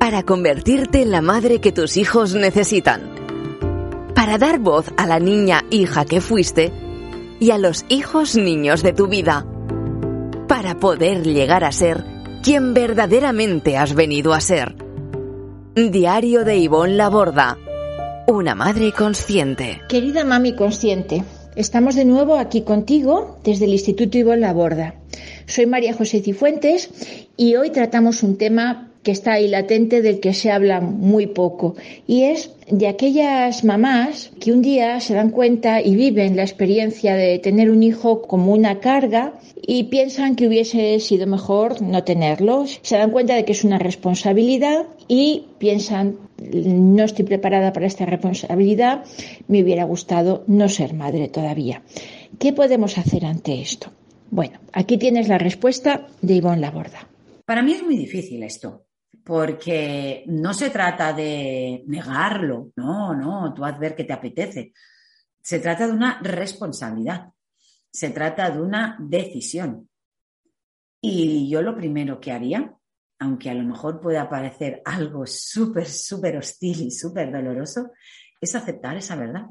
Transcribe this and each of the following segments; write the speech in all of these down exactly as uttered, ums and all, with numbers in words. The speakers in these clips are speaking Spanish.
para convertirte en la madre que tus hijos necesitan, para dar voz a la niña hija que fuiste y a los hijos niños de tu vida, para poder llegar a ser quien verdaderamente has venido a ser. Diario de Ivonne Laborda, una madre consciente. Querida mami consciente, estamos de nuevo aquí contigo desde el Instituto Ivonne Laborda. Soy María José Cifuentes y hoy tratamos un tema que está ahí latente, del que se habla muy poco, y es de aquellas mamás que un día se dan cuenta y viven la experiencia de tener un hijo como una carga y piensan que hubiese sido mejor no tenerlo. Se dan cuenta de que es una responsabilidad y piensan: no estoy preparada para esta responsabilidad, me hubiera gustado no ser madre todavía. ¿Qué podemos hacer ante esto? Bueno, aquí tienes la respuesta de Ivonne Laborda. Para mí es muy difícil esto, porque no se trata de negarlo, no, no, tú haz ver que te apetece. Se trata de una responsabilidad, se trata de una decisión. Y yo lo primero que haría, aunque a lo mejor pueda parecer algo súper, súper hostil y súper doloroso, es aceptar esa verdad.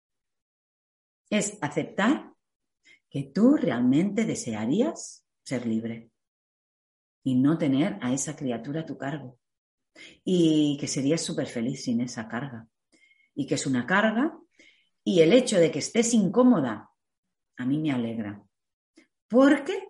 Es aceptar que tú realmente desearías ser libre y no tener a esa criatura a tu cargo, y que serías súper feliz sin esa carga, y que es una carga, y el hecho de que estés incómoda a mí me alegra, porque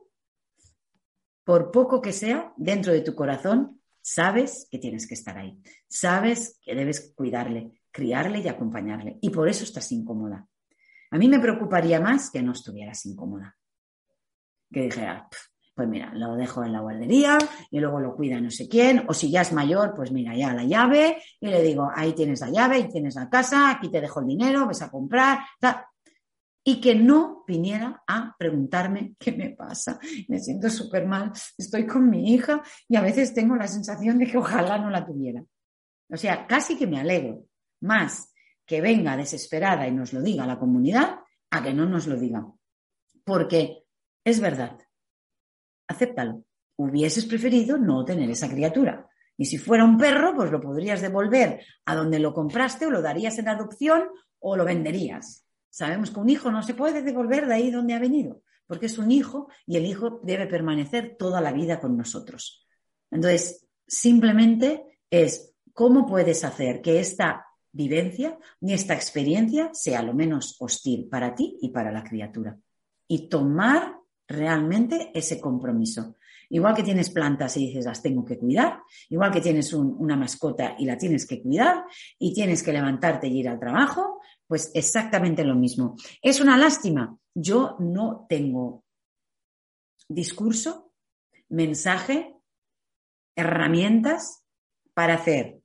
por poco que sea, dentro de tu corazón sabes que tienes que estar ahí, sabes que debes cuidarle, criarle y acompañarle, y por eso estás incómoda. A mí me preocuparía más que no estuvieras incómoda, que dijera: pues mira, lo dejo en la guardería y luego lo cuida no sé quién, o si ya es mayor, pues mira, ya la llave, y le digo: ahí tienes la llave, ahí tienes la casa, aquí te dejo el dinero, ves a comprar, tal. Y que no viniera a preguntarme qué me pasa, me siento súper mal, estoy con mi hija y a veces tengo la sensación de que ojalá no la tuviera. O sea, casi que me alegro más que venga desesperada y nos lo diga la comunidad a que no nos lo diga. Porque es verdad, acéptalo. Hubieses preferido no tener esa criatura. Y si fuera un perro, pues lo podrías devolver a donde lo compraste, o lo darías en adopción, o lo venderías. Sabemos que un hijo no se puede devolver de ahí donde ha venido, porque es un hijo y el hijo debe permanecer toda la vida con nosotros. Entonces, simplemente es cómo puedes hacer que esta vivencia ni esta experiencia sea lo menos hostil para ti y para la criatura. Y tomar realmente ese compromiso. Igual que tienes plantas y dices: las tengo que cuidar, igual que tienes un, una mascota y la tienes que cuidar y tienes que levantarte y ir al trabajo, pues exactamente lo mismo. Es una lástima. Yo no tengo discurso, mensaje, herramientas para hacer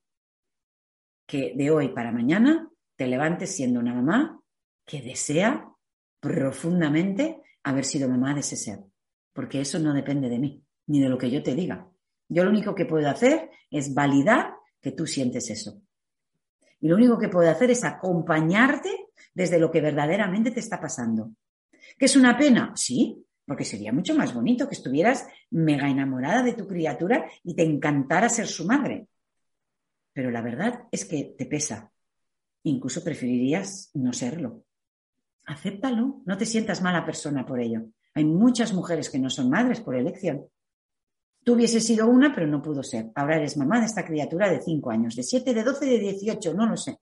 que de hoy para mañana te levantes siendo una mamá que desea profundamente haber sido mamá de ese ser, porque eso no depende de mí, ni de lo que yo te diga. Yo lo único que puedo hacer es validar que tú sientes eso. Y lo único que puedo hacer es acompañarte desde lo que verdaderamente te está pasando. ¿Que es una pena? Sí, porque sería mucho más bonito que estuvieras mega enamorada de tu criatura y te encantara ser su madre. Pero la verdad es que te pesa. Incluso preferirías no serlo. Acéptalo, no te sientas mala persona por ello. Hay muchas mujeres que no son madres por elección. Tú hubieses sido una, pero no pudo ser. Ahora eres mamá de esta criatura de cinco años, de siete, de doce, de dieciocho, no lo sé.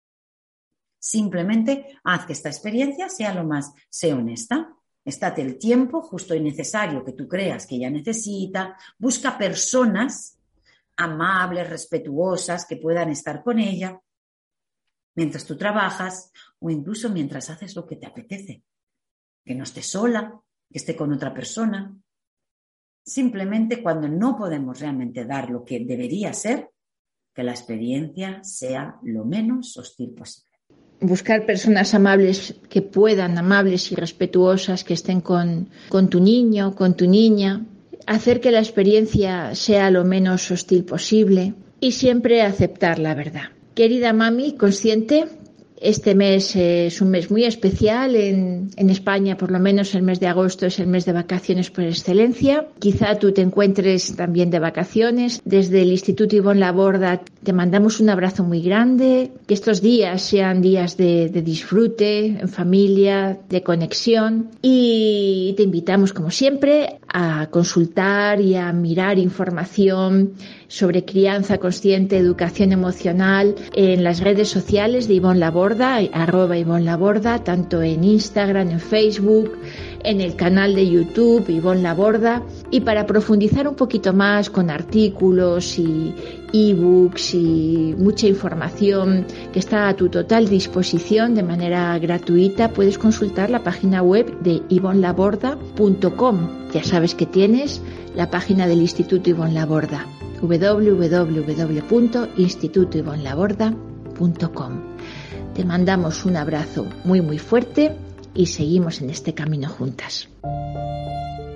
Simplemente haz que esta experiencia sea lo más, sé honesta, estate el tiempo justo y necesario que tú creas que ella necesita, busca personas amables, respetuosas, que puedan estar con ella mientras tú trabajas o incluso mientras haces lo que te apetece. Que no esté sola, que esté con otra persona. Simplemente cuando no podemos realmente dar lo que debería ser, que la experiencia sea lo menos hostil posible. Buscar personas amables que puedan, amables y respetuosas, que estén con, con tu niño, con tu niña. Hacer que la experiencia sea lo menos hostil posible y siempre aceptar la verdad. Querida mami consciente, Este mes es un mes muy especial. En, en España, por lo menos el mes de agosto es el mes de vacaciones por excelencia. Quizá tú te encuentres también de vacaciones. Desde el Instituto Ivonne Laborda te mandamos un abrazo muy grande. Que estos días sean días de, de disfrute, en familia, de conexión. Y te invitamos, como siempre, a consultar y a mirar información sobre crianza consciente, educación emocional en las redes sociales de Ivonne Laborda, arroba Ivonne Laborda, tanto en Instagram, en Facebook, en el canal de YouTube Ivonne Laborda. Y para profundizar un poquito más con artículos y ebooks y mucha información que está a tu total disposición de manera gratuita, puedes consultar la página web de ivonne laborda punto com. Ya sabes que tienes la página del Instituto Ivonne Laborda, doble u doble u doble u punto instituto ivonne laborda punto com. Te mandamos un abrazo muy muy fuerte y seguimos en este camino juntas.